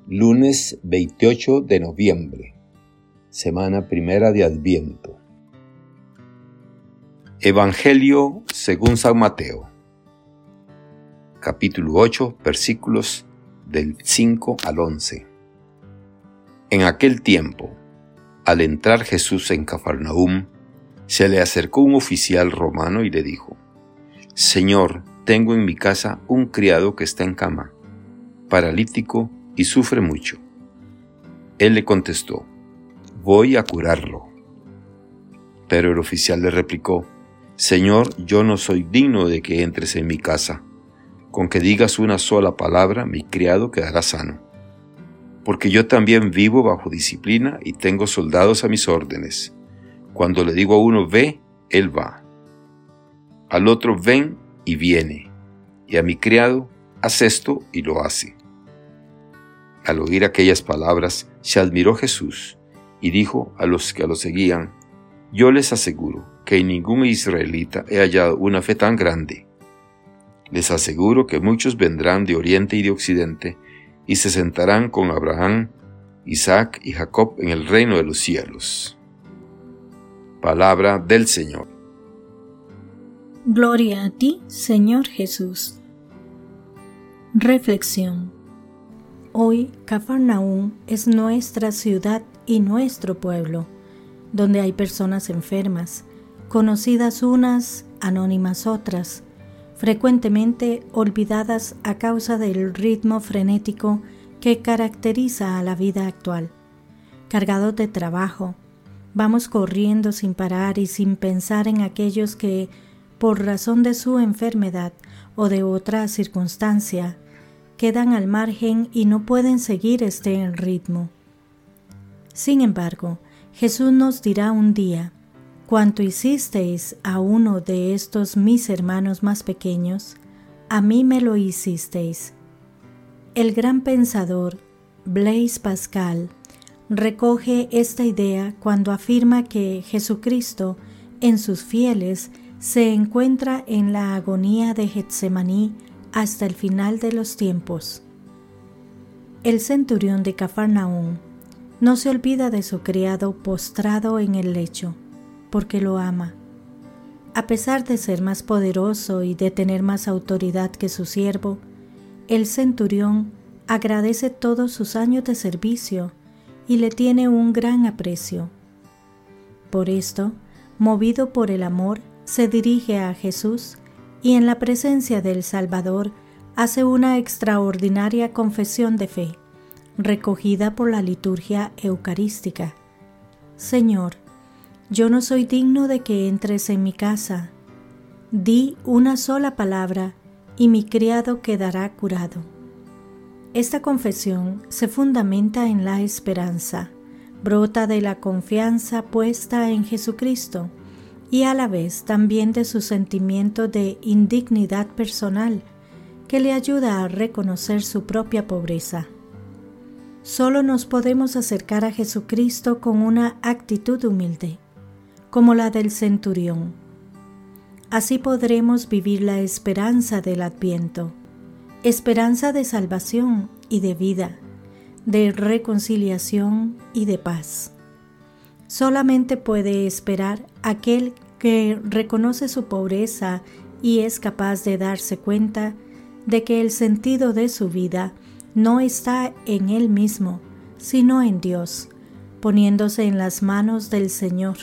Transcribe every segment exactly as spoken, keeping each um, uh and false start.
Lunes veintiocho de noviembre, semana primera de Adviento. Evangelio según San Mateo, capítulo ocho, versículos del cinco al once. En aquel tiempo, al entrar Jesús en Cafarnaúm, se le acercó un oficial romano y le dijo: Señor, tengo en mi casa un criado que está en cama, paralítico y sufre mucho. Él le contestó: voy a curarlo. Pero el oficial le replicó: Señor, yo no soy digno de que entres en mi casa. Con que digas una sola palabra, mi criado quedará sano. Porque yo también vivo bajo disciplina y tengo soldados a mis órdenes. Cuando le digo a uno ve, él va. Al otro ven y viene. Y a mi criado, haz esto y lo hace. Al oír aquellas palabras, se admiró Jesús y dijo a los que lo seguían: Yo les aseguro que en ningún israelita he hallado una fe tan grande. Les aseguro que muchos vendrán de oriente y de occidente y se sentarán con Abraham, Isaac y Jacob en el reino de los cielos. Palabra del Señor. Gloria a ti, Señor Jesús. Reflexión. Hoy, Cafarnaúm es nuestra ciudad y nuestro pueblo, donde hay personas enfermas, conocidas unas, anónimas otras, frecuentemente olvidadas a causa del ritmo frenético que caracteriza a la vida actual. Cargados de trabajo, vamos corriendo sin parar y sin pensar en aquellos que, por razón de su enfermedad o de otra circunstancia, quedan al margen y no pueden seguir este ritmo. Sin embargo, Jesús nos dirá un día: cuanto hicisteis a uno de estos mis hermanos más pequeños, a mí me lo hicisteis. El gran pensador Blaise Pascal recoge esta idea cuando afirma que Jesucristo en sus fieles se encuentra en la agonía de Getsemaní hasta el final de los tiempos. El centurión de Cafarnaúm no se olvida de su criado postrado en el lecho, porque lo ama. A pesar de ser más poderoso y de tener más autoridad que su siervo, el centurión agradece todos sus años de servicio y le tiene un gran aprecio. Por esto, movido por el amor, se dirige a Jesús y en la presencia del Salvador hace una extraordinaria confesión de fe, recogida por la liturgia eucarística. Señor, yo no soy digno de que entres en mi casa. Di una sola palabra y mi criado quedará curado. Esta confesión se fundamenta en la esperanza, brota de la confianza puesta en Jesucristo y a la vez también de su sentimiento de indignidad personal que le ayuda a reconocer su propia pobreza. Solo nos podemos acercar a Jesucristo con una actitud humilde, como la del centurión. Así podremos vivir la esperanza del Adviento, esperanza de salvación y de vida, de reconciliación y de paz. Solamente puede esperar aquel que reconoce su pobreza y es capaz de darse cuenta de que el sentido de su vida no está en él mismo, sino en Dios, poniéndose en las manos del Señor.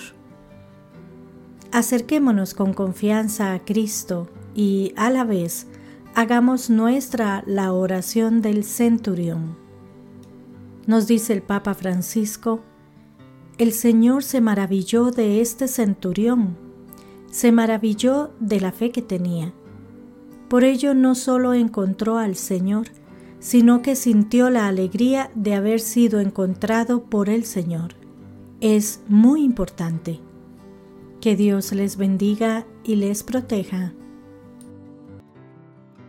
Acerquémonos con confianza a Cristo y, a la vez, hagamos nuestra la oración del centurión. Nos dice el Papa Francisco: el Señor se maravilló de este centurión, se maravilló de la fe que tenía. Por ello no solo encontró al Señor, sino que sintió la alegría de haber sido encontrado por el Señor. Es muy importante. Que Dios les bendiga y les proteja.